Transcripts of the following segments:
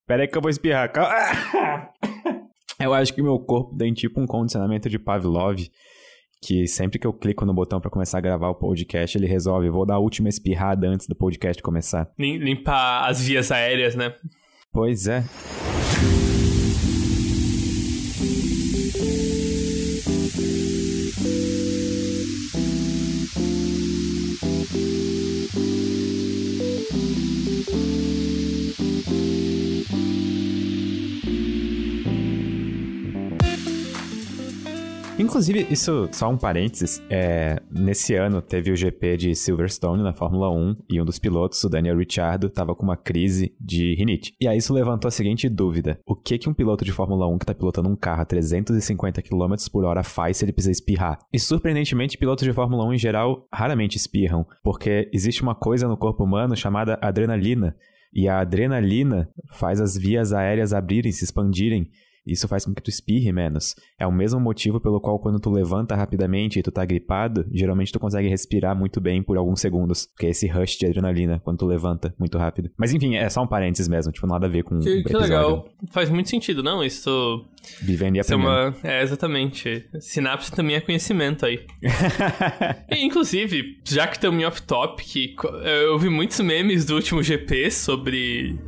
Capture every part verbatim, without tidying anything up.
Pera aí que eu vou espirrar. Calma. Eu acho que meu corpo tem tipo um condicionamento de Pavlov, que sempre que eu clico no botão pra começar a gravar o podcast, ele resolve, vou dar a última espirrada antes do podcast começar. Limpar as vias aéreas, né? Pois é. Inclusive, isso, só um parênteses, é, nesse ano teve o G P de Silverstone na Fórmula um e um dos pilotos, o Daniel Ricciardo, tava com uma crise de rinite. E aí isso levantou a seguinte dúvida: o que que um piloto de Fórmula um que tá pilotando um carro a trezentos e cinquenta quilômetros por hora faz se ele precisa espirrar? E surpreendentemente, pilotos de Fórmula um em geral raramente espirram, porque existe uma coisa no corpo humano chamada adrenalina, e a adrenalina faz as vias aéreas abrirem, se expandirem. Isso faz com que tu espirre menos. É o mesmo motivo pelo qual quando tu levanta rapidamente e tu tá gripado, geralmente tu consegue respirar muito bem por alguns segundos. Porque é esse rush de adrenalina quando tu levanta muito rápido. Mas enfim, é só um parênteses mesmo. Tipo, nada a ver com que, o que episódio. Legal. Faz muito sentido, não? Isso... Vivendo e Isso é aprendendo. uma... É, exatamente. Sinapse também é conhecimento aí. E, inclusive, já que estamos em off-topic, eu vi muitos memes do último G P sobre...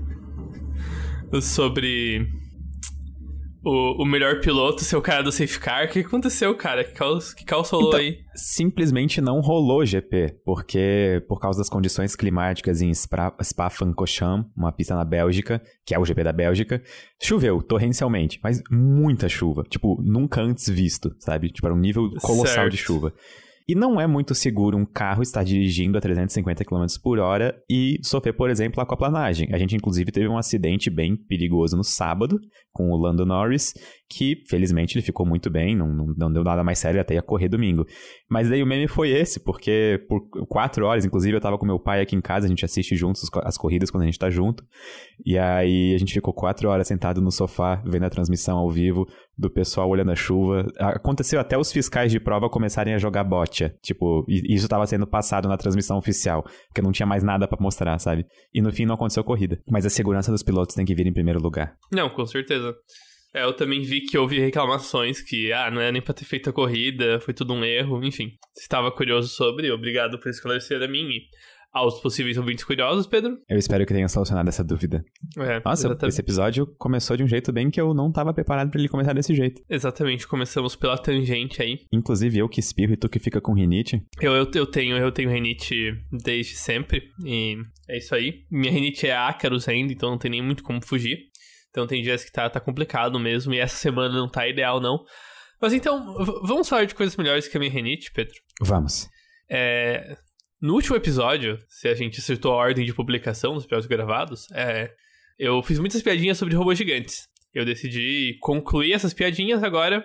Sobre... O, o melhor piloto ser o cara do safety car. O que aconteceu, cara? Que caos, que caos rolou então, aí? Simplesmente não rolou G P, porque por causa das condições climáticas em Spa, Spa-Francorchamps, uma pista na Bélgica, que é o G P da Bélgica, choveu torrencialmente, mas muita chuva. Tipo, nunca antes visto, sabe? Tipo, era um nível colossal certo. de chuva. E não é muito seguro um carro estar dirigindo a trezentos e cinquenta quilômetros por hora e sofrer, por exemplo, aquaplanagem. A gente, inclusive, teve um acidente bem perigoso no sábado com o Lando Norris, que, felizmente, ele ficou muito bem, não, não, não deu nada mais sério, até ia correr domingo. Mas daí o meme foi esse, porque por quatro horas, inclusive, eu tava com meu pai aqui em casa, a gente assiste juntos as corridas quando a gente tá junto, e aí a gente ficou quatro horas sentado no sofá, vendo a transmissão ao vivo, do pessoal olhando a chuva. Aconteceu até os fiscais de prova começarem a jogar bocha. Tipo, e isso tava sendo passado na transmissão oficial, porque não tinha mais nada pra mostrar, sabe? E no fim não aconteceu corrida. Mas a segurança dos pilotos tem que vir em primeiro lugar. Não, com certeza. É, eu também vi que houve reclamações que, ah, não é nem pra ter feito a corrida, foi tudo um erro, enfim. Se estava curioso sobre, obrigado por esclarecer a mim e aos possíveis ouvintes curiosos, Pedro. Eu espero que tenha solucionado essa dúvida. É, Nossa, exatamente. Esse episódio começou de um jeito bem que eu não tava preparado pra ele começar desse jeito. Exatamente, começamos pela tangente aí. Inclusive eu que espirro e tu que fica com rinite. Eu, eu, eu, tenho, eu tenho rinite desde sempre, e é isso aí. Minha rinite é ácaros ainda, então não tem nem muito como fugir. Então tem dias que tá, tá complicado mesmo, e essa semana não tá ideal, não. Mas então, v- vamos falar de coisas melhores que a minha rinite, Pedro? Vamos. É... No último episódio, se a gente acertou a ordem de publicação dos episódios gravados, é... eu fiz muitas piadinhas sobre robôs gigantes. Eu decidi concluir essas piadinhas agora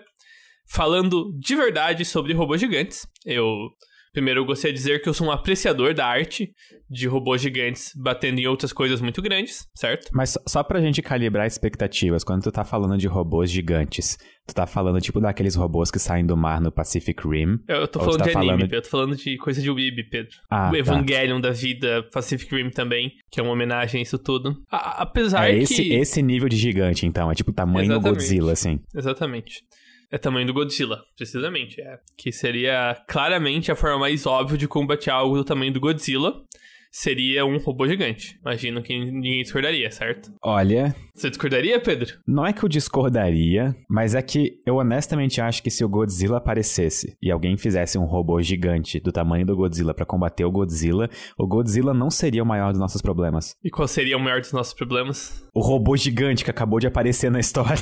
falando de verdade sobre robôs gigantes. Eu... Primeiro, eu gostaria de dizer que eu sou um apreciador da arte de robôs gigantes batendo em outras coisas muito grandes, certo? Mas só- só pra gente calibrar expectativas, quando tu tá falando de robôs gigantes, tu tá falando tipo daqueles robôs que saem do mar no Pacific Rim? Eu, eu tô Ou falando tu tá de anime, falando- Pedro. Eu tô falando de coisa de Weeb, Pedro. Ah, o tá. Evangelion da vida, Pacific Rim também, que é uma homenagem a isso tudo. A- apesar É que... esse, esse nível de gigante, então. É tipo o tamanho do Exatamente. Godzilla, assim. Exatamente. É tamanho do Godzilla, precisamente. É. Que seria claramente a forma mais óbvia de combater algo do tamanho do Godzilla. Seria um robô gigante. Imagino que ninguém discordaria, certo? Olha, Você discordaria, Pedro? não é que eu discordaria, mas é que eu honestamente acho que se o Godzilla aparecesse e alguém fizesse um robô gigante do tamanho do Godzilla pra combater o Godzilla, o Godzilla não seria o maior dos nossos problemas. E qual seria o maior dos nossos problemas? O robô gigante que acabou de aparecer na história.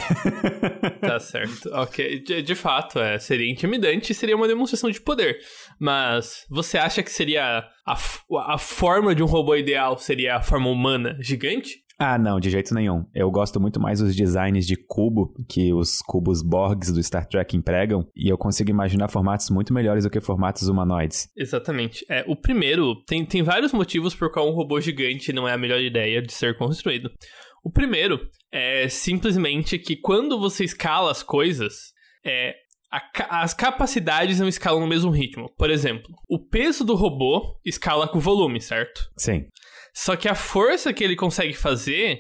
Tá certo. Ok. De, de fato, é, seria intimidante e seria uma demonstração de poder. Mas você acha que seria... A, f- a forma de um robô ideal seria a forma humana gigante? Ah, não, de jeito nenhum. Eu gosto muito mais dos designs de cubo que os cubos Borgs do Star Trek empregam, e eu consigo imaginar formatos muito melhores do que formatos humanoides. Exatamente. É, o primeiro, tem, tem vários motivos por qual um robô gigante não é a melhor ideia de ser construído. O primeiro é simplesmente que quando você escala as coisas, é, a ca- as capacidades não escalam no mesmo ritmo. Por exemplo, o peso do robô escala com o volume, certo? Sim. Só que a força que ele consegue fazer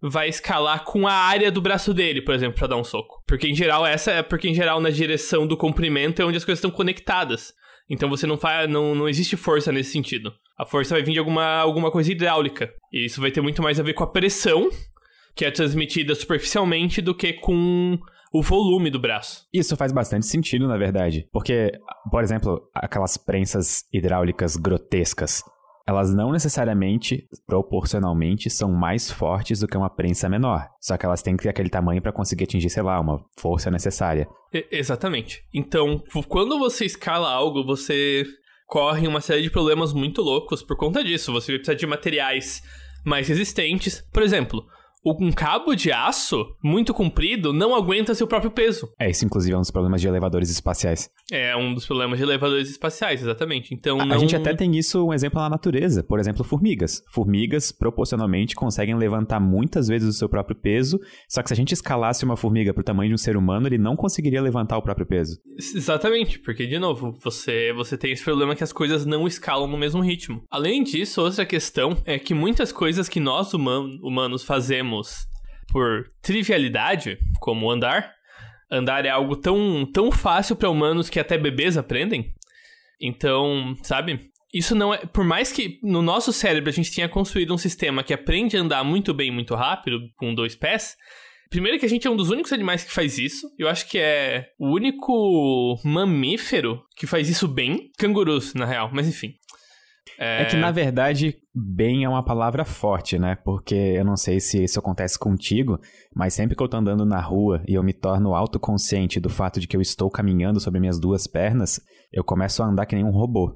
vai escalar com a área do braço dele, por exemplo, pra dar um soco. Porque em geral, essa é porque em geral na direção do comprimento é onde as coisas estão conectadas. Então você não faz, não, não existe força nesse sentido. A força vai vir de alguma, alguma coisa hidráulica. E isso vai ter muito mais a ver com a pressão, que é transmitida superficialmente, do que com o volume do braço. Isso faz bastante sentido, na verdade. Porque, por exemplo, aquelas prensas hidráulicas grotescas, elas não necessariamente, proporcionalmente, são mais fortes do que uma prensa menor. Só que elas têm que ter aquele tamanho para conseguir atingir, sei lá, uma força necessária. E- exatamente. Então, quando você escala algo, você corre uma série de problemas muito loucos por conta disso. Você vai precisar de materiais mais resistentes. Por exemplo, um cabo de aço muito comprido não aguenta seu próprio peso. É, isso inclusive é um dos problemas de elevadores espaciais. É um dos problemas de elevadores espaciais, exatamente. Então, a, não... a gente até tem isso, um exemplo na natureza. Por exemplo, formigas. Formigas, proporcionalmente, conseguem levantar muitas vezes o seu próprio peso, só que se a gente escalasse uma formiga pro tamanho de um ser humano, ele não conseguiria levantar o próprio peso. Exatamente, porque, de novo, você, você tem esse problema que as coisas não escalam no mesmo ritmo. Além disso, outra questão é que muitas coisas que nós human- humanos fazemos por trivialidade, como andar. Andar é algo tão, tão fácil para humanos que até bebês aprendem. Então, sabe? Isso não é... Por mais que no nosso cérebro a gente tenha construído um sistema que aprende a andar muito bem, muito rápido, com dois pés... Primeiro que a gente é um dos únicos animais que faz isso. Eu acho que é o único mamífero que faz isso bem. Cangurus, na real. Mas enfim. É... é que, na verdade, bem é uma palavra forte, né? Porque eu não sei se isso acontece contigo, mas sempre que eu tô andando na rua e eu me torno autoconsciente do fato de que eu estou caminhando sobre minhas duas pernas, eu começo a andar que nem um robô.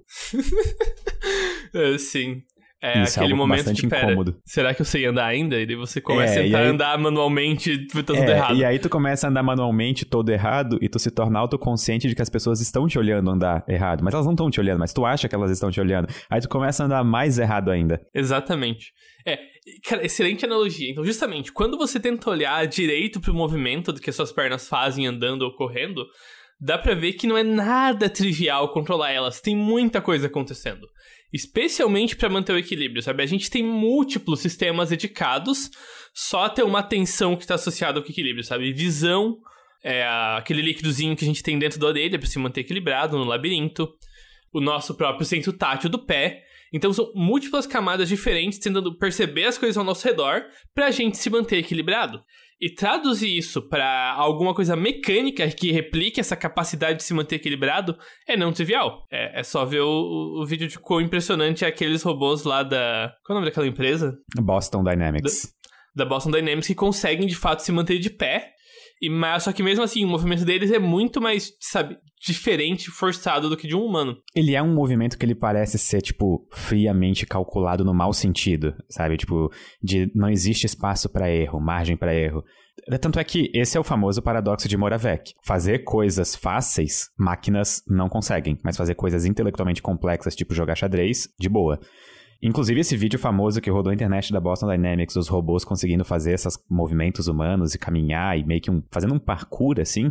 é, sim. É Isso aquele é algo momento bastante de, pera, incômodo. será que eu sei andar ainda? E daí você começa É, a tentar aí... andar manualmente e tá tudo é, errado. E aí tu começa a andar manualmente todo errado e tu se torna autoconsciente de que as pessoas estão te olhando andar errado. Mas elas não estão te olhando, mas tu acha que elas estão te olhando. Aí tu começa a andar mais errado ainda. Exatamente. É, cara, excelente analogia. Então, justamente, quando você tenta olhar direito pro movimento do que as suas pernas fazem andando ou correndo, dá pra ver que não é nada trivial controlar elas. Tem muita coisa acontecendo. Especialmente pra manter o equilíbrio, sabe? A gente tem múltiplos sistemas dedicados só a ter uma atenção que tá associada ao equilíbrio, sabe? Visão, é aquele líquidozinho que a gente tem dentro da orelha pra se manter equilibrado no labirinto. O nosso próprio centro tátil do pé. Então são múltiplas camadas diferentes tentando perceber as coisas ao nosso redor pra gente se manter equilibrado. E traduzir isso pra alguma coisa mecânica que replique essa capacidade de se manter equilibrado é não trivial. É, é só ver o, o vídeo de quão impressionante é aqueles robôs lá da... Qual é o nome daquela empresa? Boston Dynamics. Da, da Boston Dynamics, que conseguem de fato se manter de pé. E, mas, só que mesmo assim, o movimento deles é muito mais, sabe, diferente, forçado do que de um humano. Ele é um movimento que ele parece ser, tipo, friamente calculado no mau sentido, sabe? Tipo, de não existe espaço pra erro, margem pra erro. Tanto é que esse é o famoso paradoxo de Moravec. Fazer coisas fáceis, máquinas não conseguem, mas fazer coisas intelectualmente complexas, tipo jogar xadrez, de boa. Inclusive, esse vídeo famoso que rodou na internet da Boston Dynamics, os robôs conseguindo fazer esses movimentos humanos e caminhar e meio que um, fazendo um parkour, assim,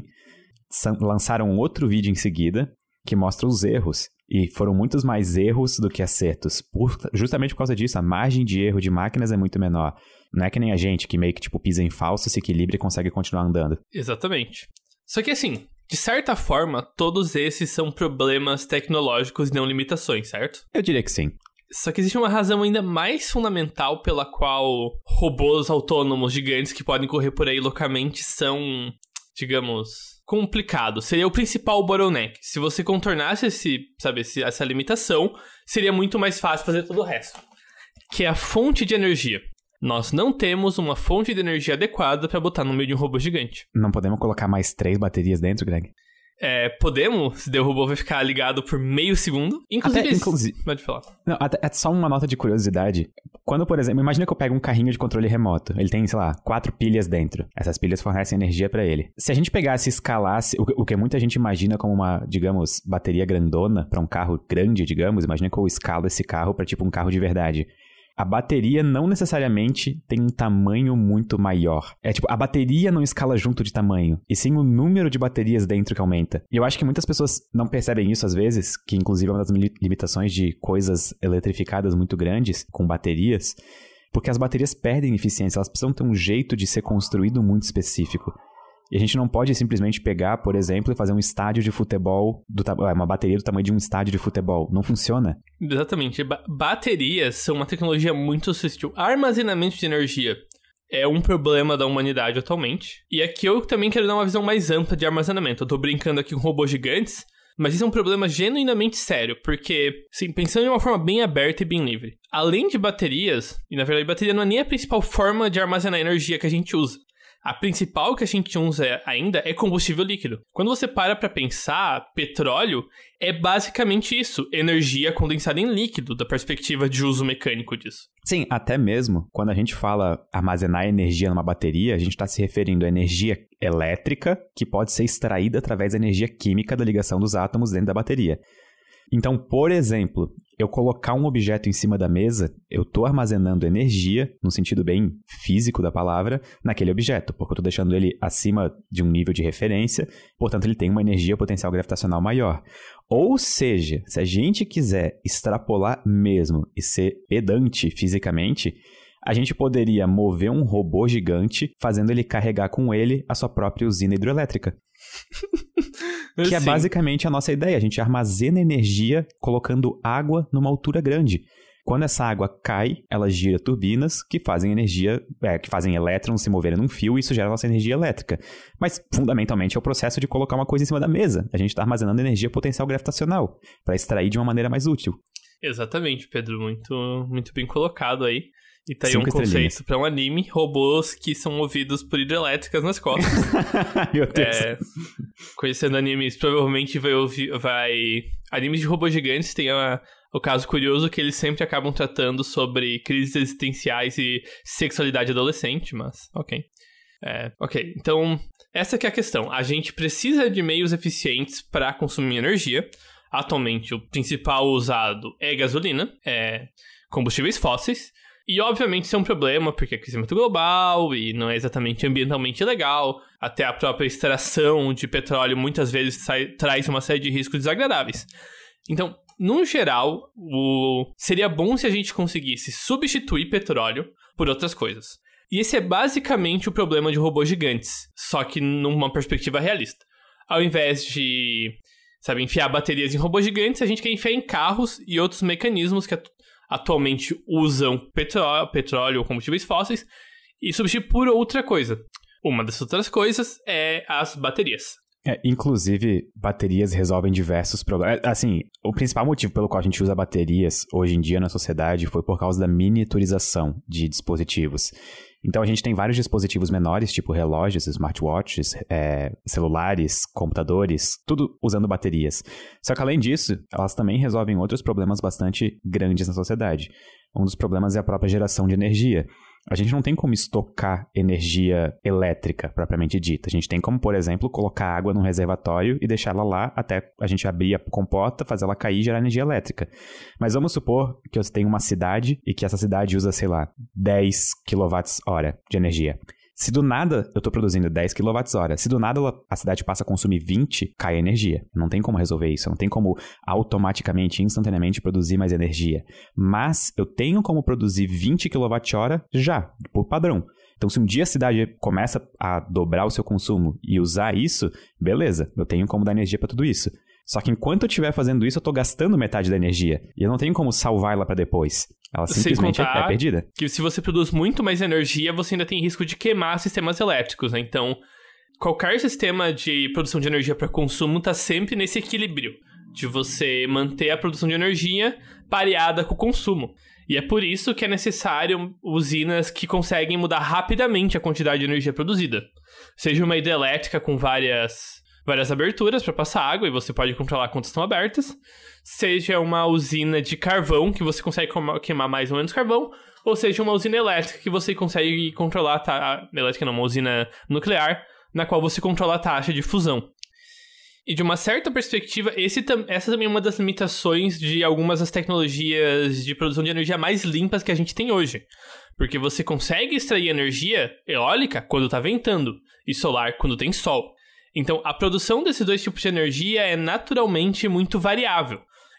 lançaram outro vídeo em seguida que mostra os erros. E foram muitos mais erros do que acertos. Por, justamente por causa disso, a margem de erro de máquinas é muito menor. Não é que nem a gente, que meio que tipo pisa em falso, se equilibra e consegue continuar andando. Exatamente. Só que assim, de certa forma, todos esses são problemas tecnológicos e não limitações, certo? Eu diria que sim. Só que existe uma razão ainda mais fundamental pela qual robôs autônomos gigantes que podem correr por aí loucamente são, digamos, complicados. Seria o principal bottleneck. Se você contornasse esse, sabe, esse, essa limitação, seria muito mais fácil fazer todo o resto. Que é a fonte de energia. Nós não temos uma fonte de energia adequada para botar no meio de um robô gigante. Não podemos colocar mais três baterias dentro, Greg? É, podemos, se der o robô vai ficar ligado por meio segundo. Inclusive, até, inclusive pode falar. Não, até, é só uma nota de curiosidade. Quando, por exemplo, imagina que eu pego um carrinho de controle remoto. Ele tem, sei lá, quatro pilhas dentro. Essas pilhas fornecem energia pra ele. Se a gente pegasse e escalasse, o, o que muita gente imagina como uma, digamos, bateria grandona pra um carro grande, digamos, imagina que eu escalo esse carro pra tipo um carro de verdade. A bateria não necessariamente tem um tamanho muito maior. É tipo, a bateria não escala junto de tamanho, e sim o número de baterias dentro que aumenta. E eu acho que muitas pessoas não percebem isso às vezes, que inclusive é uma das limitações de coisas eletrificadas muito grandes, com baterias, porque as baterias perdem eficiência, elas precisam ter um jeito de ser construído muito específico. E a gente não pode simplesmente pegar, por exemplo, e fazer um estádio de futebol, do ta- uma bateria do tamanho de um estádio de futebol. Não funciona. Exatamente. Ba- baterias são uma tecnologia muito sutil. Armazenamento de energia é um problema da humanidade atualmente. E aqui eu também quero dar uma visão mais ampla de armazenamento. Eu tô brincando aqui com robôs gigantes, mas isso é um problema genuinamente sério, porque, assim, pensando de uma forma bem aberta e bem livre, além de baterias, e na verdade bateria não é nem a principal forma de armazenar energia que a gente usa. A principal que a gente usa ainda é combustível líquido. Quando você para pra pensar, petróleo é basicamente isso, energia condensada em líquido, da perspectiva de uso mecânico disso. Sim, até mesmo quando a gente fala armazenar energia numa bateria, a gente está se referindo à energia elétrica que pode ser extraída através da energia química da ligação dos átomos dentro da bateria. Então, por exemplo, eu colocar um objeto em cima da mesa, eu estou armazenando energia, no sentido bem físico da palavra, naquele objeto, porque eu estou deixando ele acima de um nível de referência, portanto ele tem uma energia potencial gravitacional maior. Ou seja, se a gente quiser extrapolar mesmo e ser pedante fisicamente, a gente poderia mover um robô gigante fazendo ele carregar com ele a sua própria usina hidrelétrica. Que Sim. é basicamente a nossa ideia. A gente armazena energia colocando água numa altura grande. Quando essa água cai, ela gira turbinas que fazem energia, é, que fazem elétrons se moverem num fio e isso gera a nossa energia elétrica. Mas, fundamentalmente, é o processo de colocar uma coisa em cima da mesa. A gente está armazenando energia potencial gravitacional para extrair de uma maneira mais útil. Exatamente, Pedro. Muito, muito bem colocado aí. E tá aí um conceito pra um anime, robôs que são movidos por hidrelétricas nas costas. Meu Deus. É, conhecendo animes, provavelmente vai ouvir... Vai... Animes de robôs gigantes tem a, o caso curioso que eles sempre acabam tratando sobre crises existenciais e sexualidade adolescente, mas ok. É, ok, então essa que é a questão. A gente precisa de meios eficientes para consumir energia. Atualmente, o principal usado é gasolina, é combustíveis fósseis. E, obviamente, isso é um problema, porque é aquecimento global e não é exatamente ambientalmente legal. Até a própria extração de petróleo muitas vezes sai, traz uma série de riscos desagradáveis. Então, no geral, o... seria bom se a gente conseguisse substituir petróleo por outras coisas. E esse é basicamente o problema de robôs gigantes, só que numa perspectiva realista. Ao invés de, sabe, enfiar baterias em robôs gigantes, a gente quer enfiar em carros e outros mecanismos que atualmente usam petróleo, petróleo ou combustíveis fósseis e substituir por outra coisa. Uma dessas outras coisas é as baterias. É, inclusive, baterias resolvem diversos problemas. Assim, o principal motivo pelo qual a gente usa baterias hoje em dia na sociedade foi por causa da miniaturização de dispositivos. Então, a gente tem vários dispositivos menores, tipo relógios, smartwatches, é, celulares, computadores, tudo usando baterias. Só que, além disso, elas também resolvem outros problemas bastante grandes na sociedade. Um dos problemas é a própria geração de energia. A gente não tem como estocar energia elétrica, propriamente dita. A gente tem como, por exemplo, colocar água num reservatório e deixar ela lá até a gente abrir a comporta, fazer ela cair e gerar energia elétrica. Mas vamos supor que você tem uma cidade e que essa cidade usa, sei lá, dez quilowatt-hora de energia. Se do nada eu estou produzindo dez quilowatt-hora, se do nada a cidade passa a consumir vinte, cai a energia. Não tem como resolver isso, não tem como automaticamente, instantaneamente produzir mais energia. Mas eu tenho como produzir vinte quilowatt-hora já, por padrão. Então, se um dia a cidade começa a dobrar o seu consumo e usar isso, beleza, eu tenho como dar energia para tudo isso. Só que enquanto eu estiver fazendo isso, eu estou gastando metade da energia. E eu não tenho como salvar ela para depois. Ela simplesmente é, é perdida. Que se você produz muito mais energia, você ainda tem risco de queimar sistemas elétricos, né? Então, qualquer sistema de produção de energia para consumo está sempre nesse equilíbrio de você manter a produção de energia pareada com o consumo. E é por isso que é necessário usinas que conseguem mudar rapidamente a quantidade de energia produzida. Seja uma hidrelétrica com várias... várias aberturas para passar água e você pode controlar quantas estão abertas, seja uma usina de carvão que você consegue queimar mais ou menos carvão, ou seja uma usina elétrica que você consegue controlar, a elétrica não, uma usina nuclear, na qual você controla a taxa de fusão. E de uma certa perspectiva, esse, essa também é uma das limitações de algumas das tecnologias de produção de energia mais limpas que a gente tem hoje. Porque você consegue extrair energia eólica quando está ventando, e solar quando tem sol. Então, a produção desses dois tipos de energia é naturalmente muito variável.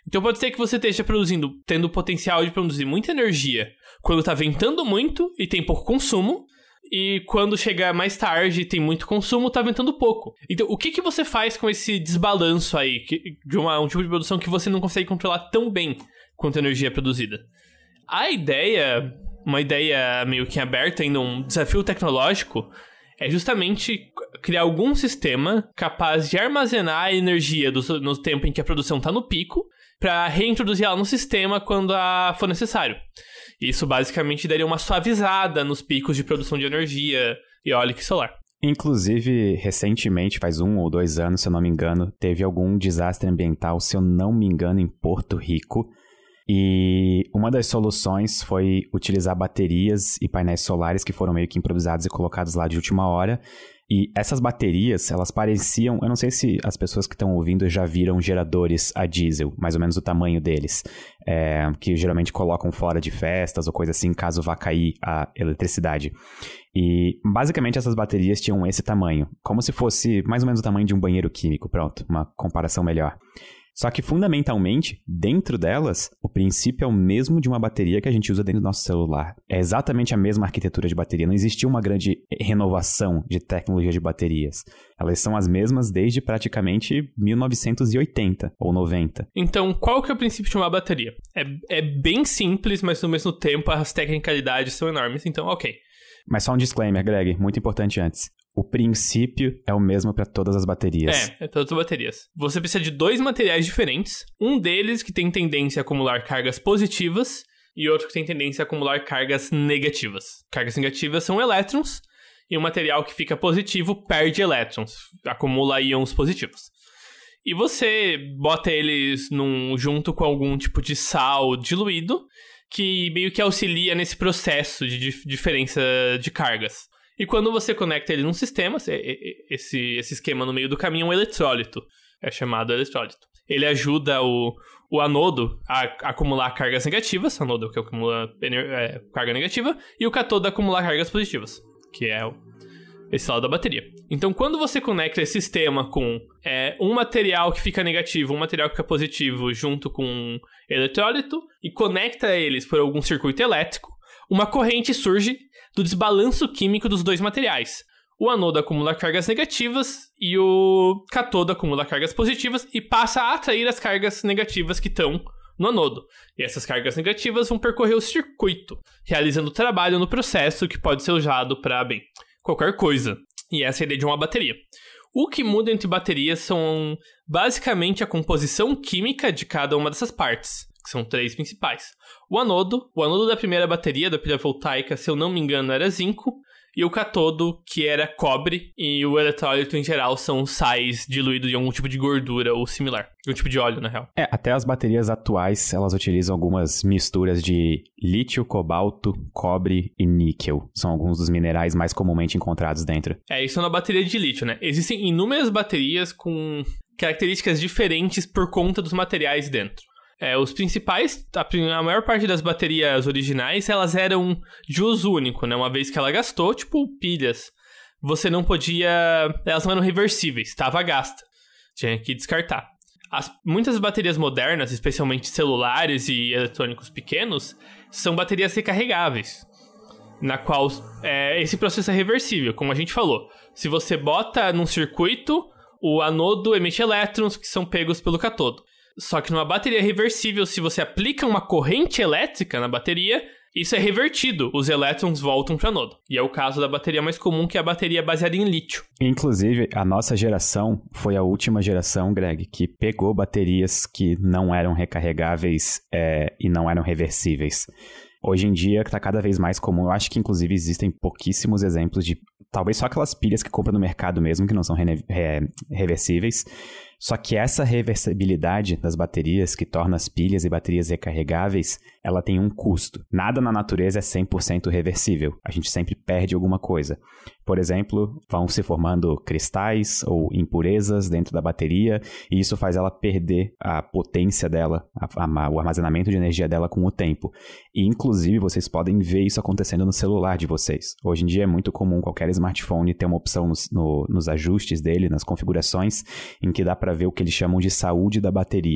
Então pode ser que você esteja produzindo, tendo o potencial de produzir muita energia quando tá ventando muito e tem pouco consumo, e quando chega mais tarde e tem muito consumo, tá ventando pouco. Então, o que, que você faz com esse desbalanço aí, que, de uma, um tipo de produção que você não consegue controlar tão bem quanto a energia é produzida? A ideia, uma ideia meio que aberta, ainda um desafio tecnológico, é justamente criar algum sistema capaz de armazenar a energia do, no tempo em que a produção tá no pico, para reintroduzir ela no sistema quando a, for necessário. Isso basicamente daria uma suavizada nos picos de produção de energia eólica e solar. Inclusive, recentemente, faz um ou dois anos, se eu não me engano, teve algum desastre ambiental, se eu não me engano, em Porto Rico. E uma das soluções foi utilizar baterias e painéis solares que foram meio que improvisados e colocados lá de última hora. E essas baterias, elas pareciam... Eu não sei se as pessoas que estão ouvindo já viram geradores a diesel, mais ou menos o tamanho deles, é, que geralmente colocam fora de festas ou coisa assim, caso vá cair a eletricidade. E basicamente essas baterias tinham esse tamanho, como se fosse mais ou menos o tamanho de um banheiro químico, pronto, uma comparação melhor. Só que, fundamentalmente, dentro delas, o princípio é o mesmo de uma bateria que a gente usa dentro do nosso celular. É exatamente a mesma arquitetura de bateria. Não existiu uma grande renovação de tecnologia de baterias. Elas são as mesmas desde praticamente mil novecentos e oitenta ou noventa. Então, qual que é o princípio de uma bateria? É, é bem simples, mas ao mesmo tempo as tecnicalidades são enormes. Então, ok. Mas só um disclaimer, Greg, muito importante antes. O princípio é o mesmo para todas as baterias. É, é todas as baterias. Você precisa de dois materiais diferentes. Um deles que tem tendência a acumular cargas positivas e outro que tem tendência a acumular cargas negativas. Cargas negativas são elétrons e o material que fica positivo perde elétrons, acumula íons positivos. E você bota eles num, junto com algum tipo de sal diluído que meio que auxilia nesse processo de dif- diferença de cargas. E quando você conecta ele num sistema, esse, esse esquema no meio do caminho é um eletrólito. É chamado eletrólito. Ele ajuda o, o anodo a, a acumular cargas negativas, anodo que acumula é, carga negativa, e o catodo a acumular cargas positivas, que é o, esse lado da bateria. Então, quando você conecta esse sistema com é, um material que fica negativo, um material que fica positivo, junto com um eletrólito, e conecta eles por algum circuito elétrico, uma corrente surge do desbalanço químico dos dois materiais. O anodo acumula cargas negativas e o catodo acumula cargas positivas e passa a atrair as cargas negativas que estão no anodo. E essas cargas negativas vão percorrer o circuito, realizando trabalho no processo que pode ser usado para, bem, qualquer coisa. E essa é a ideia de uma bateria. O que muda entre baterias são basicamente a composição química de cada uma dessas partes, que são três principais. O anodo, o anodo da primeira bateria, da pilha voltaica, se eu não me engano, era zinco, e o catodo, que era cobre, e o eletrólito, em geral, são sais diluídos em algum tipo de gordura ou similar. Um tipo de óleo, na real. É, até as baterias atuais, elas utilizam algumas misturas de lítio, cobalto, cobre e níquel. São alguns dos minerais mais comumente encontrados dentro. É, isso é uma bateria de lítio, né? Existem inúmeras baterias com características diferentes por conta dos materiais dentro. É, os principais, a, a maior parte das baterias originais, elas eram de uso único, né? Uma vez que ela gastou, tipo pilhas, você não podia... Elas não eram reversíveis, estava gasta. Tinha que descartar. As, muitas baterias modernas, especialmente celulares e eletrônicos pequenos, são baterias recarregáveis, na qual é, esse processo é reversível, como a gente falou. Se você bota num circuito, o anodo emite elétrons que são pegos pelo catodo. Só que numa bateria reversível, se você aplica uma corrente elétrica na bateria, isso é revertido, os elétrons voltam para o anodo. E é o caso da bateria mais comum, que é a bateria baseada em lítio. Inclusive, a nossa geração foi a última geração, Greg, que pegou baterias que não eram recarregáveis é, e não eram reversíveis. Hoje em dia está cada vez mais comum. Eu acho que, inclusive, existem pouquíssimos exemplos de... Talvez só aquelas pilhas que compram no mercado mesmo, que não são re- re- reversíveis. Só que essa reversibilidade das baterias, que torna as pilhas e baterias recarregáveis, ela tem um custo. Nada na natureza é cem por cento reversível. A gente sempre perde alguma coisa. Por exemplo, vão se formando cristais ou impurezas dentro da bateria, e isso faz ela perder a potência dela, a, a, o armazenamento de energia dela com o tempo. E, inclusive, vocês podem ver isso acontecendo no celular de vocês. Hoje em dia é muito comum qualquer smartphone ter uma opção nos, no, nos ajustes dele, nas configurações, em que dá para ver o que eles chamam de saúde da bateria,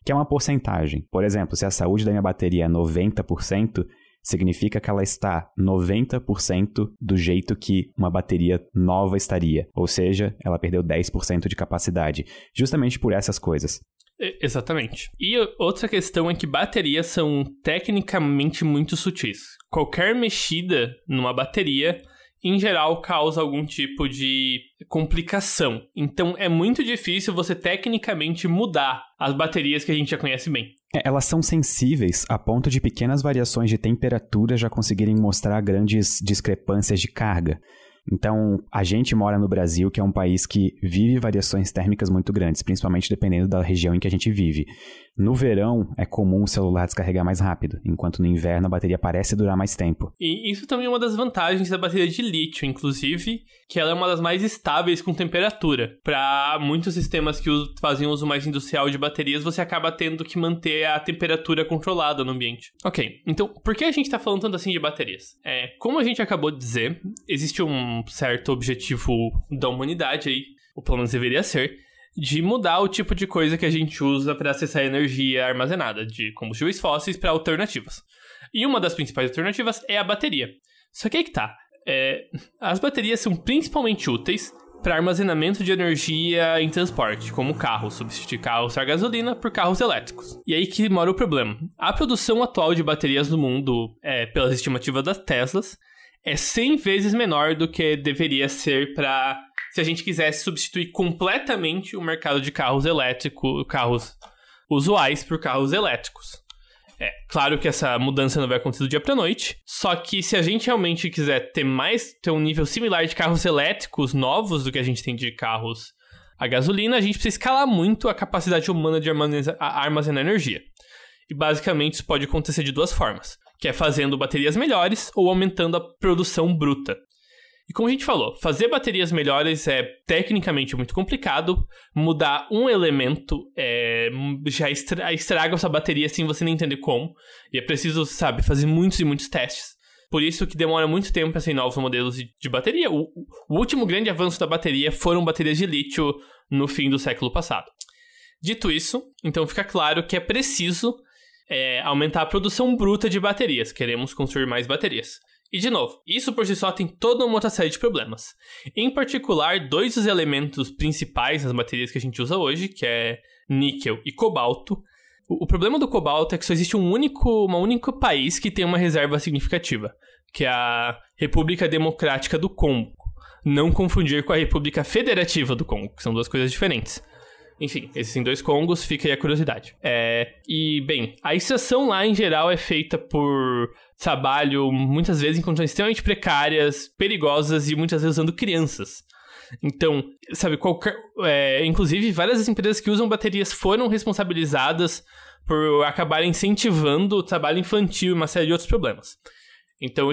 que é uma porcentagem. Por exemplo, se a saúde da minha bateria é noventa por cento, significa que ela está noventa por cento do jeito que uma bateria nova estaria. Ou seja, ela perdeu dez por cento de capacidade, justamente por essas coisas. Exatamente. E outra questão é que baterias são tecnicamente muito sutis. Qualquer mexida numa bateria, em geral, causa algum tipo de complicação. Então, é muito difícil você tecnicamente mudar as baterias que a gente já conhece bem. É, elas são sensíveis a ponto de pequenas variações de temperatura já conseguirem mostrar grandes discrepâncias de carga. Então, a gente mora no Brasil, que é um país que vive variações térmicas muito grandes, principalmente dependendo da região em que a gente vive. No verão, é comum o celular descarregar mais rápido, enquanto no inverno a bateria parece durar mais tempo. E isso também é uma das vantagens da bateria de lítio, inclusive, que ela é uma das mais estáveis com temperatura. Para muitos sistemas que fazem uso mais industrial de baterias, você acaba tendo que manter a temperatura controlada no ambiente. Ok, então, por que a gente está falando tanto assim de baterias? É, como a gente acabou de dizer, existe um certo objetivo da humanidade aí, ou pelo menos deveria ser, de mudar o tipo de coisa que a gente usa para acessar a energia armazenada, de combustíveis fósseis para alternativas. E uma das principais alternativas é a bateria. Só que aí que tá, é, as baterias são principalmente úteis para armazenamento de energia em transporte, como carros, substituir carros a gasolina por carros elétricos. E aí que mora o problema. A produção atual de baterias no mundo, é, pelas estimativas das Teslas, é cem vezes menor do que deveria ser para se a gente quisesse substituir completamente o mercado de carros elétricos, carros usuais por carros elétricos. É, claro que essa mudança não vai acontecer do dia pra noite, só que se a gente realmente quiser ter mais, ter um nível similar de carros elétricos novos do que a gente tem de carros a gasolina, a gente precisa escalar muito a capacidade humana de armazenar, armazenar energia. E basicamente isso pode acontecer de duas formas, que é fazendo baterias melhores ou aumentando a produção bruta. E como a gente falou, fazer baterias melhores é tecnicamente muito complicado, mudar um elemento é, já estra- estraga essa bateria sem você nem entender como, e é preciso, sabe, fazer muitos e muitos testes. Por isso que demora muito tempo para sair novos modelos de, de bateria. O, o último grande avanço da bateria foram baterias de lítio no fim do século passado. Dito isso, então fica claro que é preciso é, aumentar a produção bruta de baterias. Queremos construir mais baterias. E, de novo, isso por si só tem toda uma outra série de problemas. Em particular, dois dos elementos principais nas baterias que a gente usa hoje, que é níquel e cobalto. O, o problema do cobalto é que só existe um único, um único país que tem uma reserva significativa, que é a República Democrática do Congo. Não confundir com a República Federativa do Congo, que são duas coisas diferentes. Enfim, existem dois Congos, fica aí a curiosidade. É, e, bem, a extração lá, em geral, é feita por trabalho, muitas vezes em condições extremamente precárias, perigosas e muitas vezes usando crianças. Então, sabe, qualquer... É, inclusive, várias das empresas que usam baterias foram responsabilizadas por acabarem incentivando o trabalho infantil e uma série de outros problemas. Então,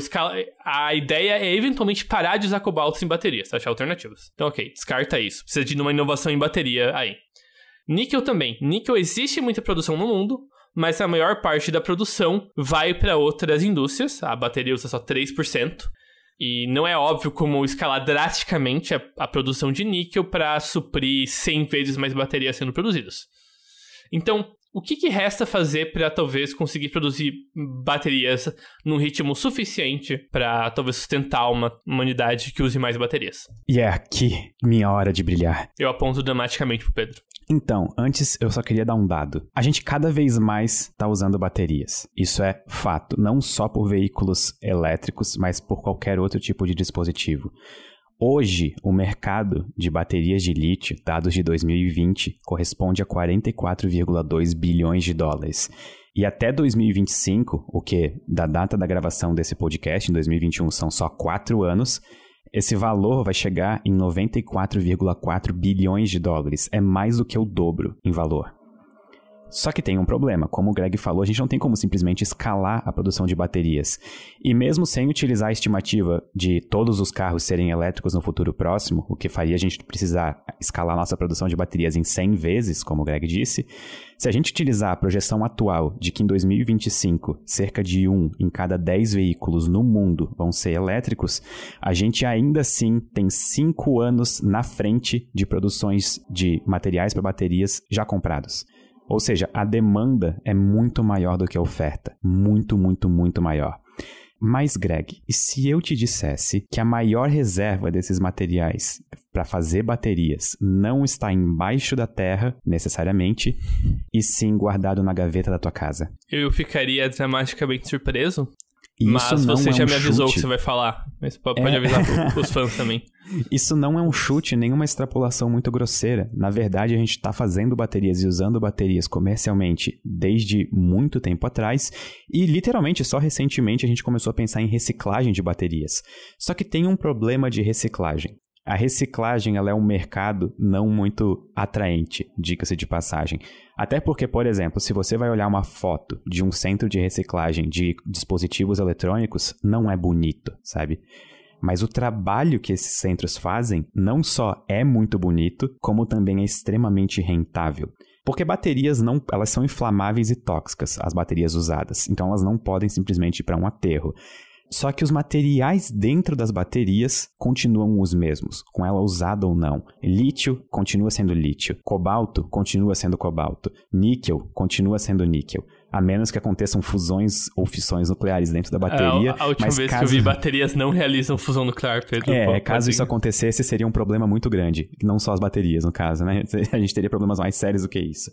a ideia é eventualmente parar de usar cobalto em baterias, achar alternativas. Então, ok, descarta isso. Precisa de uma inovação em bateria aí. Níquel também. Níquel existe muita produção no mundo, mas a maior parte da produção vai para outras indústrias. A bateria usa só três por cento. E não é óbvio como escalar drasticamente a, a produção de níquel para suprir cem vezes mais baterias sendo produzidas. Então, o que, que resta fazer para talvez conseguir produzir baterias num ritmo suficiente para talvez sustentar uma humanidade que use mais baterias? E é aqui minha hora de brilhar. Eu aponto dramaticamente pro Pedro. Então, antes eu só queria dar um dado. A gente cada vez mais está usando baterias. Isso é fato, não só por veículos elétricos, mas por qualquer outro tipo de dispositivo. Hoje, o mercado de baterias de lítio, dados de dois mil e vinte, corresponde a quarenta e quatro vírgula dois bilhões de dólares. E até dois mil e vinte e cinco, o que da data da gravação desse podcast, em dois mil e vinte e um, são só quatro anos, esse valor vai chegar em noventa e quatro vírgula quatro bilhões de dólares. É mais do que o dobro em valor. Só que tem um problema. Como o Greg falou, a gente não tem como simplesmente escalar a produção de baterias. E mesmo sem utilizar a estimativa de todos os carros serem elétricos no futuro próximo, o que faria a gente precisar escalar nossa produção de baterias em cem vezes, como o Greg disse, se a gente utilizar a projeção atual de que em dois mil e vinte e cinco, cerca de um em cada dez veículos no mundo vão ser elétricos, a gente ainda assim tem cinco anos na frente de produções de materiais para baterias já comprados. Ou seja, a demanda é muito maior do que a oferta. Muito, muito, muito maior. Mas, Greg, e se eu te dissesse que a maior reserva desses materiais para fazer baterias não está embaixo da terra, necessariamente, e sim guardado na gaveta da tua casa? Eu ficaria dramaticamente surpreso. Isso mas não você é já um me avisou chute. que você vai falar. Mas pode É. avisar pros fãs também. Isso não é um chute, nenhuma extrapolação muito grosseira. Na verdade, a gente está fazendo baterias e usando baterias comercialmente desde muito tempo atrás e, literalmente, só recentemente a gente começou a pensar em reciclagem de baterias. Só que tem um problema de reciclagem. A reciclagem ela é um mercado não muito atraente, diga-se de passagem. Até porque, por exemplo, se você vai olhar uma foto de um centro de reciclagem de dispositivos eletrônicos, não é bonito, sabe? Mas o trabalho que esses centros fazem não só é muito bonito, como também é extremamente rentável. Porque baterias não, elas são inflamáveis e tóxicas, as baterias usadas. Então elas não podem simplesmente ir para um aterro. Só que os materiais dentro das baterias continuam os mesmos, com ela usada ou não. Lítio continua sendo lítio, cobalto continua sendo cobalto, níquel continua sendo níquel. A menos que aconteçam fusões ou fissões nucleares dentro da bateria. A, a última mas vez caso... que eu vi baterias não realizam fusão nuclear, Pedro. É, pode... caso isso acontecesse, seria um problema muito grande. Não só as baterias, no caso, né? A gente teria problemas mais sérios do que isso.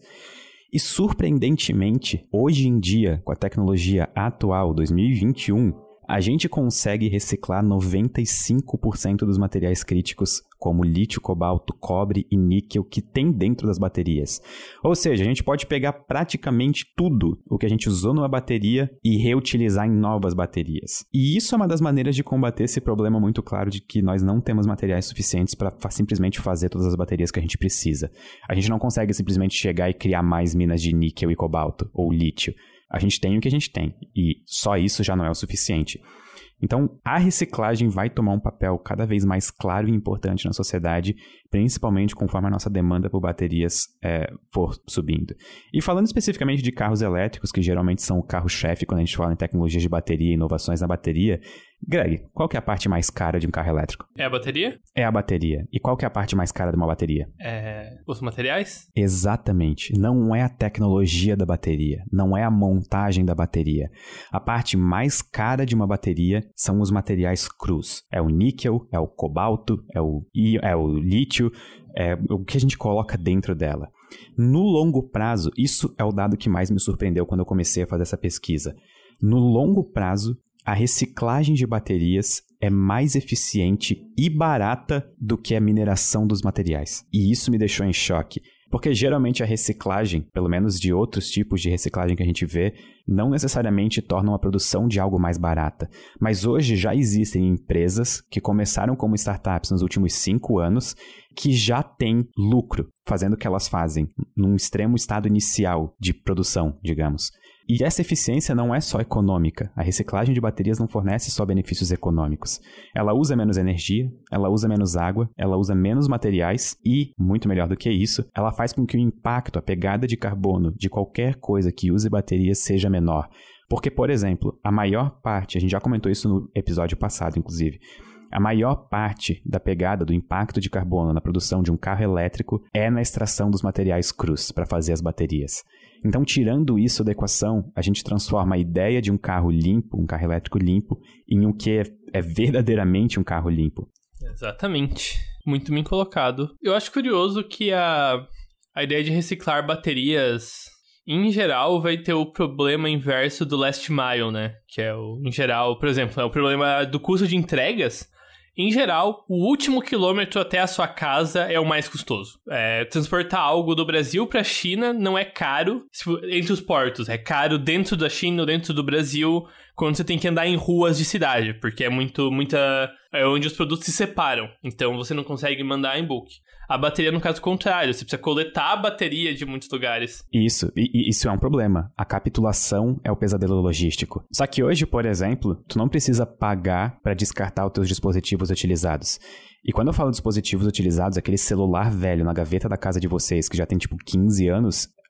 E surpreendentemente, hoje em dia, com a tecnologia atual, dois mil e vinte e um, a gente consegue reciclar noventa e cinco por cento dos materiais críticos, como lítio, cobalto, cobre e níquel, que tem dentro das baterias. Ou seja, a gente pode pegar praticamente tudo o que a gente usou numa bateria e reutilizar em novas baterias. E isso é uma das maneiras de combater esse problema muito claro de que nós não temos materiais suficientes para simplesmente fazer todas as baterias que a gente precisa. A gente não consegue simplesmente chegar e criar mais minas de níquel e cobalto, ou lítio. A gente tem o que a gente tem, e só isso já não é o suficiente. Então, a reciclagem vai tomar um papel cada vez mais claro e importante na sociedade, principalmente conforme a nossa demanda por baterias é, for subindo. E falando especificamente de carros elétricos, que geralmente são o carro-chefe quando a gente fala em tecnologias de bateria e inovações na bateria, Greg, qual que é a parte mais cara de um carro elétrico? É a bateria? É a bateria. E qual que é a parte mais cara de uma bateria? É... os materiais? Exatamente. Não é a tecnologia da bateria, não é a montagem da bateria. A parte mais cara de uma bateria são os materiais crus. É o níquel, é o cobalto, é o, é o lítio, é o que a gente coloca dentro dela. No longo prazo, isso é o dado que mais me surpreendeu quando eu comecei a fazer essa pesquisa. No longo prazo, a reciclagem de baterias é mais eficiente e barata do que a mineração dos materiais. E isso me deixou em choque. Porque geralmente a reciclagem, pelo menos de outros tipos de reciclagem que a gente vê, não necessariamente tornam a produção de algo mais barata. Mas hoje já existem empresas que começaram como startups nos últimos cinco anos que já têm lucro fazendo o que elas fazem, num extremo estado inicial de produção, digamos. E essa eficiência não é só econômica. A reciclagem de baterias não fornece só benefícios econômicos. Ela usa menos energia, ela usa menos água, ela usa menos materiais e, muito melhor do que isso, ela faz com que o impacto, a pegada de carbono de qualquer coisa que use baterias seja menor. Porque, por exemplo, a maior parte, a gente já comentou isso no episódio passado, inclusive, a maior parte da pegada do impacto de carbono na produção de um carro elétrico é na extração dos materiais crus para fazer as baterias. Então, tirando isso da equação, a gente transforma a ideia de um carro limpo, um carro elétrico limpo, em um que é, é verdadeiramente um carro limpo. Exatamente. Muito bem colocado. Eu acho curioso que a, a ideia de reciclar baterias, em geral, vai ter o problema inverso do last mile, né? Que é, o, em geral, por exemplo, é o problema do custo de entregas. Em geral, o último quilômetro até a sua casa é o mais custoso. É, transportar algo do Brasil para a China não é caro entre os portos. É caro dentro da China ou dentro do Brasil quando você tem que andar em ruas de cidade, porque é muito, muita... é onde os produtos se separam. Então, você não consegue mandar em bulk. A bateria, no caso contrário, você precisa coletar a bateria de muitos lugares. Isso, e, e isso é um problema. A capitulação é o pesadelo logístico. Só que hoje, por exemplo, tu não precisa pagar para descartar os teus dispositivos utilizados. E quando eu falo dispositivos utilizados, aquele celular velho na gaveta da casa de vocês, que já tem tipo quinze anos,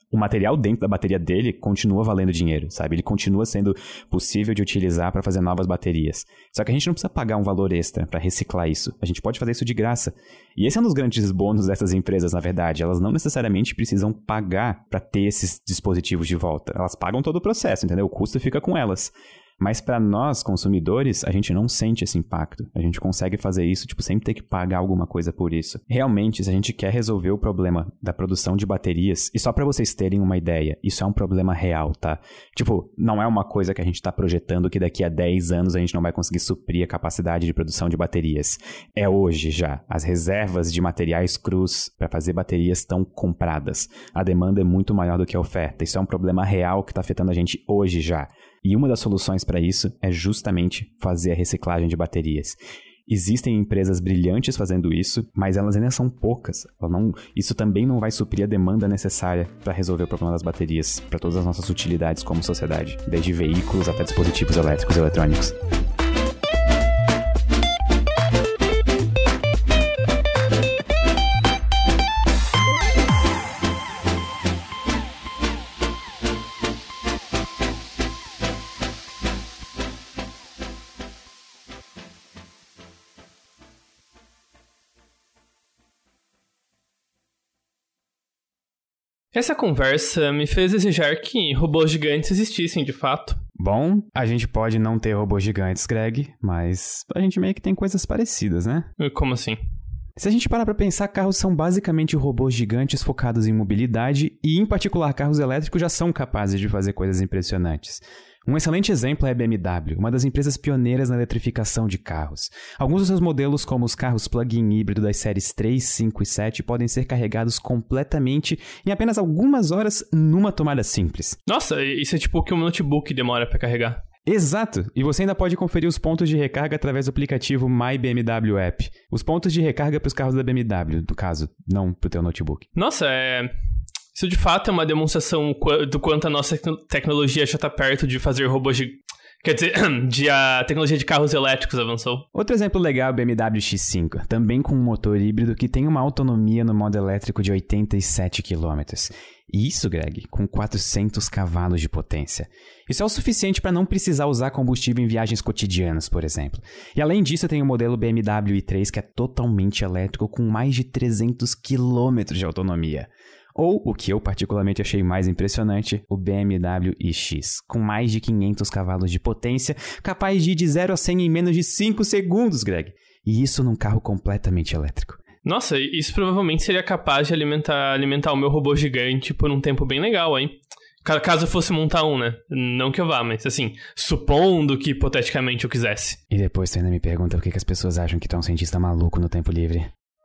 o material dentro da bateria dele continua valendo dinheiro, sabe? Ele continua sendo possível de utilizar para fazer novas baterias. Só que a gente não precisa pagar um valor extra para reciclar isso. A gente pode fazer isso de graça. E esse é um dos grandes bônus dessas empresas, na verdade. Elas não necessariamente precisam pagar para ter esses dispositivos de volta. Elas pagam todo o processo, entendeu? O custo fica com elas. Mas para nós, consumidores, a gente não sente esse impacto. A gente consegue fazer isso, tipo, sem ter que pagar alguma coisa por isso. Realmente, se a gente quer resolver o problema da produção de baterias, e só para vocês terem uma ideia, isso é um problema real, tá? Tipo, não é uma coisa que a gente tá projetando que daqui a dez anos a gente não vai conseguir suprir a capacidade de produção de baterias. É hoje já. As reservas de materiais crus para fazer baterias estão compradas. A demanda é muito maior do que a oferta. Isso é um problema real que tá afetando a gente hoje já. E uma das soluções para isso é justamente fazer a reciclagem de baterias. Existem empresas brilhantes fazendo isso, mas elas ainda são poucas. Não, isso também não vai suprir a demanda necessária para resolver o problema das baterias, para todas as nossas utilidades como sociedade, desde veículos até dispositivos elétricos e eletrônicos. Essa conversa me fez desejar que robôs gigantes existissem de fato. Bom, a gente pode não ter robôs gigantes, Greg, mas a gente meio que tem coisas parecidas, né? Como assim? Se a gente parar pra pensar, carros são basicamente robôs gigantes focados em mobilidade e, em particular, carros elétricos já são capazes de fazer coisas impressionantes. Um excelente exemplo é a B M W, uma das empresas pioneiras na eletrificação de carros. Alguns dos seus modelos, como os carros plug-in híbrido das séries três, cinco e sete, podem ser carregados completamente em apenas algumas horas numa tomada simples. Nossa, isso é tipo o que um notebook demora pra carregar. Exato! E você ainda pode conferir os pontos de recarga através do aplicativo My B M W App. Os pontos de recarga para os carros da B M W, no caso, não pro teu notebook. Nossa, é... Isso de fato é uma demonstração do quanto a nossa tecnologia já está perto de fazer robôs de... Quer dizer, de a tecnologia de carros elétricos avançou. Outro exemplo legal é o B M W X cinco, também com um motor híbrido que tem uma autonomia no modo elétrico de oitenta e sete quilômetros. E isso, Greg, com quatrocentos cavalos de potência. Isso é o suficiente para não precisar usar combustível em viagens cotidianas, por exemplo. E além disso, tem o modelo B M W i três que é totalmente elétrico com mais de trezentos quilômetros de autonomia. Ou, o que eu particularmente achei mais impressionante, o B M W iX, com mais de quinhentos cavalos de potência, capaz de ir de zero a cem em menos de cinco segundos, Greg. E isso num carro completamente elétrico. Nossa, isso provavelmente seria capaz de alimentar, alimentar o meu robô gigante por um tempo bem legal, hein? Caso eu fosse montar um, né? Não que eu vá, mas assim, supondo que hipoteticamente eu quisesse. E depois você ainda me pergunta por que as pessoas acham que tu é um cientista maluco no tempo livre.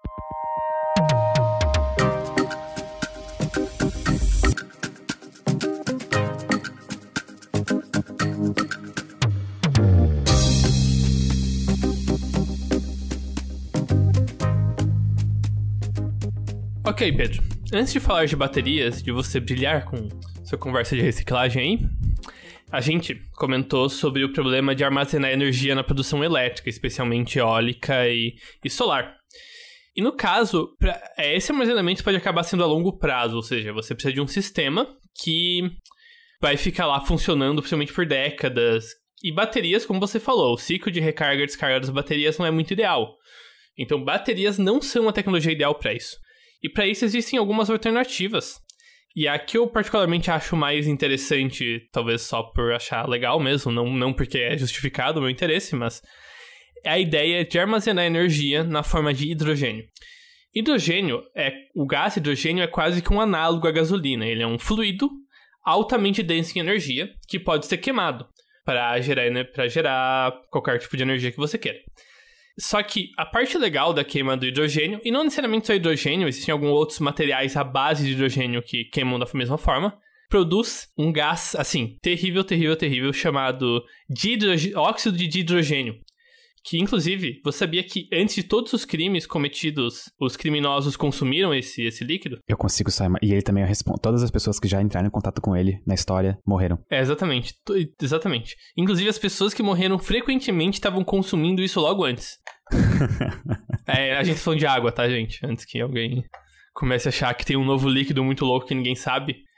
Ok, Pedro. Antes de falar de baterias, de você brilhar com sua conversa de reciclagem aí, a gente comentou sobre o problema de armazenar energia na produção elétrica, especialmente eólica e, e solar. E no caso, pra, esse armazenamento pode acabar sendo a longo prazo, ou seja, você precisa de um sistema que vai ficar lá funcionando possivelmente por décadas. E baterias, como você falou, o ciclo de recarga e descarga das baterias não é muito ideal. Então, baterias não são a tecnologia ideal para isso. E para isso existem algumas alternativas. E a que eu particularmente acho mais interessante, talvez só por achar legal mesmo, não, não porque é justificado o meu interesse, mas é a ideia de armazenar energia na forma de hidrogênio. Hidrogênio, é, o gás hidrogênio é quase que um análogo à gasolina. Ele é um fluido altamente denso em energia que pode ser queimado para gerar, né, para gerar qualquer tipo de energia que você queira. Só que a parte legal da queima do hidrogênio, e não necessariamente só hidrogênio, existem alguns outros materiais à base de hidrogênio que queimam da mesma forma, produz um gás, assim, terrível, terrível, terrível, chamado dihidroge- óxido de dihidrogênio. Que, inclusive, você sabia que antes de todos os crimes cometidos, os criminosos consumiram esse, esse líquido? Eu consigo saber. E ele também responde. Todas as pessoas que já entraram em contato com ele na história morreram. É, exatamente. Exatamente. Inclusive, as pessoas que morreram frequentemente estavam consumindo isso logo antes. É, a gente tá falando de água, tá, gente? Antes que alguém comece a achar que tem um novo líquido muito louco que ninguém sabe.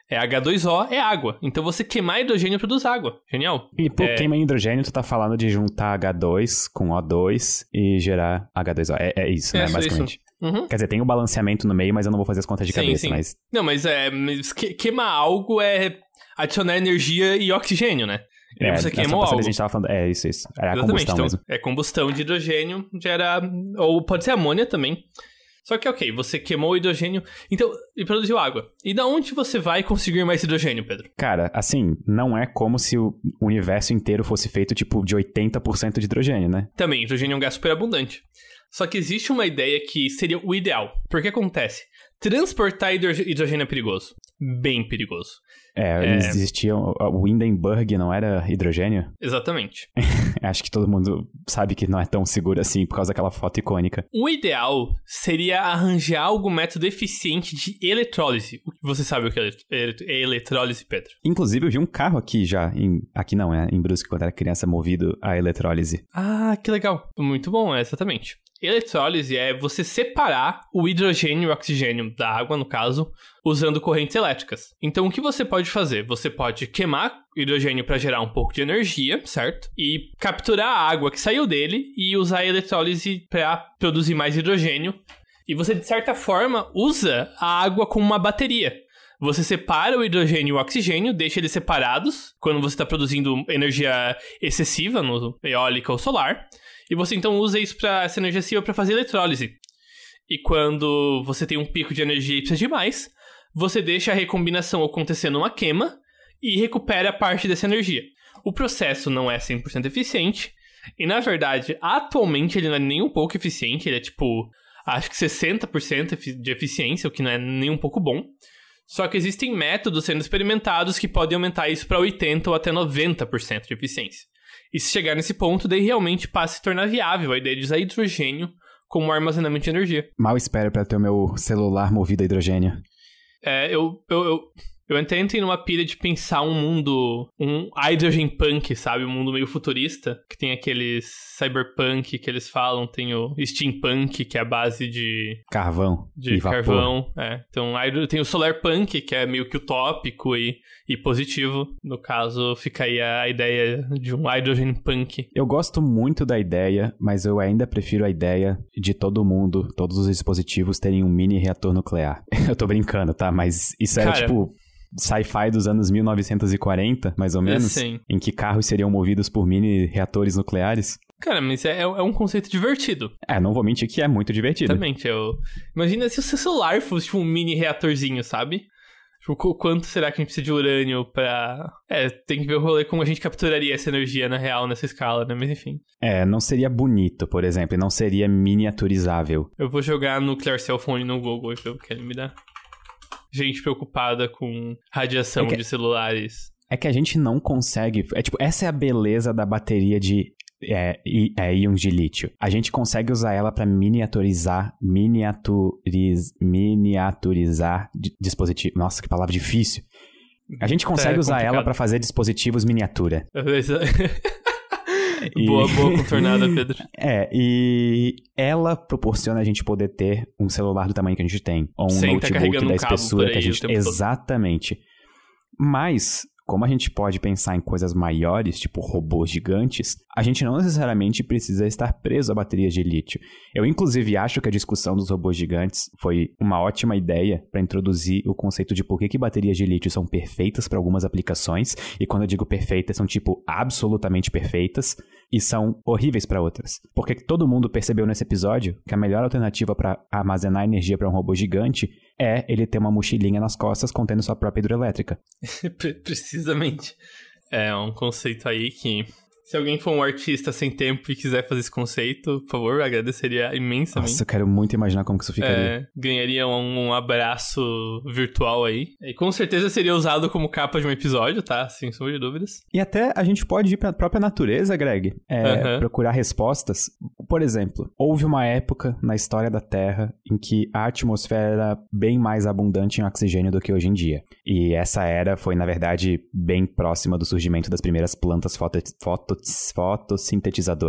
É agá dois ó, é água. Então você queimar hidrogênio produz água. Genial. E por é... queima hidrogênio, tu tá falando de juntar agá dois com ó dois e gerar agá dois ó. É, é isso, é né, isso, basicamente. Isso. Uhum. Quer dizer, tem o balanceamento no meio, mas eu não vou fazer as contas de sim, cabeça, sim. mas... Não, mas é... queimar algo é adicionar energia e oxigênio, né? E é, você queima algo. A gente tava falando... É, isso, isso. Era Exatamente, a combustão então, mesmo. É combustão de hidrogênio, gera... Ou pode ser amônia também. Só que, ok, você queimou o hidrogênio, então, e produziu água. E da onde você vai conseguir mais hidrogênio, Pedro? Cara, assim, não é como se o universo inteiro fosse feito, tipo, de oitenta por cento de hidrogênio, né? Também, hidrogênio é um gás super abundante. Só que existe uma ideia que seria o ideal. Porque acontece? Transportar hidrogênio é perigoso. Bem perigoso. É, é... existia... O Hindenburg não era hidrogênio? Exatamente. Acho que todo mundo sabe que não é tão seguro assim por causa daquela foto icônica. O ideal seria arranjar algum método eficiente de eletrólise. Você sabe o que é eletrólise, Pedro? Inclusive, eu vi um carro aqui já. Em... Aqui não, é em Brusque, quando era criança, movido a eletrólise. Ah, que legal. Muito bom, é, exatamente. Eletrólise é você separar o hidrogênio e o oxigênio da água, no caso, usando correntes elétricas. Então, o que você pode fazer? Você pode queimar o hidrogênio para gerar um pouco de energia, certo? E capturar a água que saiu dele e usar a eletrólise para produzir mais hidrogênio. E você, de certa forma, usa a água como uma bateria. Você separa o hidrogênio e o oxigênio, deixa eles separados quando você está produzindo energia excessiva, no eólica ou solar. E você então usa isso para essa energia excessiva para fazer eletrólise. E quando você tem um pico de energia e precisa de mais, você deixa a recombinação acontecer numa queima e recupera parte dessa energia. O processo não é cem por cento eficiente, e na verdade, atualmente ele não é nem um pouco eficiente, ele é tipo, acho que sessenta por cento de eficiência, o que não é nem um pouco bom. Só que existem métodos sendo experimentados que podem aumentar isso para oitenta por cento ou até noventa por cento de eficiência. E se chegar nesse ponto, daí realmente passa a se tornar viável a ideia de usar hidrogênio como armazenamento de energia. Mal espero para ter o meu celular movido a hidrogênio. É, eu, eu, eu, eu até entrei numa pilha de pensar um mundo, um hydrogen punk, sabe? Um mundo meio futurista, que tem aqueles cyberpunk que eles falam, tem o steampunk, que é a base de... Carvão. De e carvão, é. Então, tem o solarpunk, que é meio que utópico e, e positivo. No caso, fica aí a ideia de um hydrogen punk. Eu gosto muito da ideia, mas eu ainda prefiro a ideia de todo mundo, todos os dispositivos terem um mini reator nuclear. Eu tô brincando, tá? Mas isso era, Cara, tipo... sci-fi dos anos mil novecentos e quarenta, mais ou menos, sim. Em que carros seriam movidos por mini reatores nucleares. Cara, mas é, é um conceito divertido. É, não vou mentir que é muito divertido. Exatamente. Eu... Imagina se o seu celular fosse tipo um mini reatorzinho, sabe? Tipo, quanto será que a gente precisa de urânio pra... É, tem que ver o rolê como a gente capturaria essa energia na real, nessa escala, né? Mas enfim. É, não seria bonito, por exemplo, e não seria miniaturizável. Eu vou jogar Nuclear Cell Phone no Google e ver o que ele me dá. Gente preocupada com radiação é que, de celulares. É que a gente não consegue... É tipo, essa é a beleza da bateria de é, é, íons de lítio. A gente consegue usar ela para miniaturizar, miniaturiz, miniaturizar dispositivos. Nossa, que palavra difícil. A gente consegue é usar complicado. Ela para fazer dispositivos miniatura. E... Boa, boa contornada, Pedro. É, e ela proporciona a gente poder ter um celular do tamanho que a gente tem. Ou um Sem notebook tá da espessura que a gente... Exatamente. Todo. Mas, como a gente pode pensar em coisas maiores, tipo robôs gigantes, a gente não necessariamente precisa estar preso a baterias de lítio. Eu, inclusive, acho que a discussão dos robôs gigantes foi uma ótima ideia para introduzir o conceito de por que, que baterias de lítio são perfeitas para algumas aplicações, e quando eu digo perfeitas, são, tipo, absolutamente perfeitas, e são horríveis para outras. Porque todo mundo percebeu nesse episódio que a melhor alternativa para armazenar energia para um robô gigante é ele ter uma mochilinha nas costas contendo sua própria hidrelétrica. Precisamente. É um conceito aí que... Se alguém for um artista sem tempo e quiser fazer esse conceito, por favor, agradeceria imensamente. Nossa, eu quero muito imaginar como que isso ficaria. É, ganharia um, um abraço virtual aí. E com certeza seria usado como capa de um episódio, tá? Sem sombra de dúvidas. E até a gente pode ir pra própria natureza, Greg. É, uhum. Procurar respostas. Por exemplo, houve uma época na história da Terra em que a atmosfera era bem mais abundante em oxigênio do que hoje em dia. E essa era foi, na verdade, bem próxima do surgimento das primeiras plantas foto, foto fotossintetizadoras.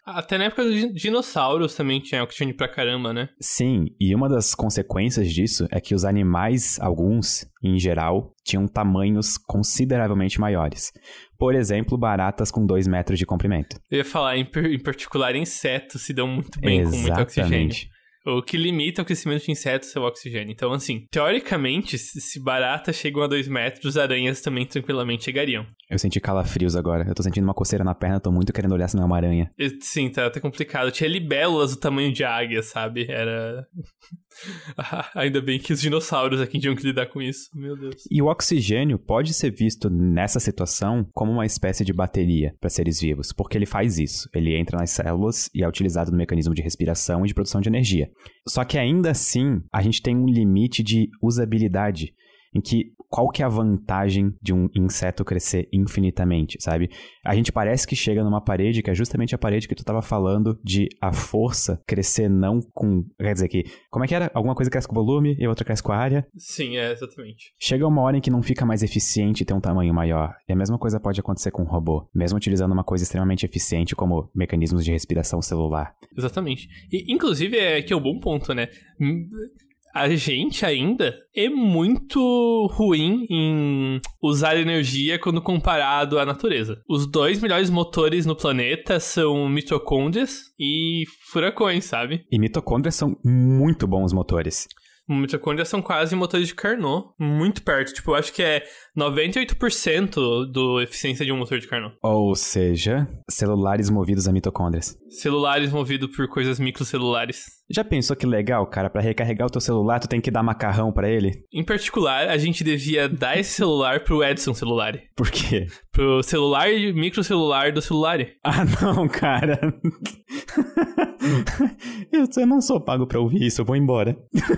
Até na época dos dinossauros também tinha oxigênio pra caramba, né? Sim, e uma das consequências disso é que os animais, alguns, em geral, tinham tamanhos consideravelmente maiores. Por exemplo, baratas com dois metros de comprimento. Eu ia falar, em, em particular, insetos se dão muito bem Exatamente. com muito oxigênio. O que limita o crescimento de insetos é o oxigênio. Então, assim, teoricamente, se baratas chegam a dois metros, aranhas também tranquilamente chegariam. Eu senti calafrios agora. Eu tô sentindo uma coceira na perna, tô muito querendo olhar se não é uma aranha. Sim, tá até complicado. Tinha libélulas do tamanho de águia, sabe? Era... Ainda bem que os dinossauros aqui tinham que lidar com isso. Meu Deus. E o oxigênio pode ser visto nessa situação como uma espécie de bateria para seres vivos, porque ele faz isso. Ele entra nas células e é utilizado no mecanismo de respiração e de produção de energia. Só que ainda assim, a gente tem um limite de usabilidade, em que qual que é a vantagem de um inseto crescer infinitamente, sabe? A gente parece que chega numa parede, que é justamente a parede que tu tava falando, de a força crescer não com... Quer dizer que... Como é que era? Alguma coisa cresce com volume e a outra cresce com a área? Sim, é, exatamente. Chega uma hora em que não fica mais eficiente ter um tamanho maior. E a mesma coisa pode acontecer com um robô, mesmo utilizando uma coisa extremamente eficiente como mecanismos de respiração celular. Exatamente. E, inclusive, é que é um bom ponto, né? A gente ainda é muito ruim em usar energia quando comparado à natureza. Os dois melhores motores no planeta são mitocôndrias e furacões, sabe? E mitocôndrias são muito bons motores. Mitocôndrias são quase motores de Carnot, muito perto. Tipo, eu acho que é noventa e oito por cento da eficiência de um motor de Carnot. Ou seja, celulares movidos a mitocôndrias. Celulares movidos por coisas microcelulares. Já pensou que legal, cara? Pra recarregar o teu celular, tu tem que dar macarrão pra ele? Em particular, a gente devia dar esse celular pro Edson Celular. Por quê? Pro celular microcelular do celular. Ah, não, cara. eu, eu não sou pago pra ouvir isso, eu vou embora.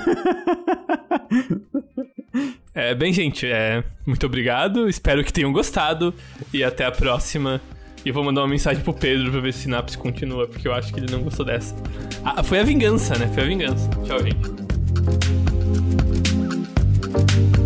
É, bem, gente, é, muito obrigado. Espero que tenham gostado. E até a próxima. E eu vou mandar uma mensagem pro Pedro pra ver se Sinapse continua, porque eu acho que ele não gostou dessa. Ah, foi a vingança, né? Foi a vingança. Tchau, gente.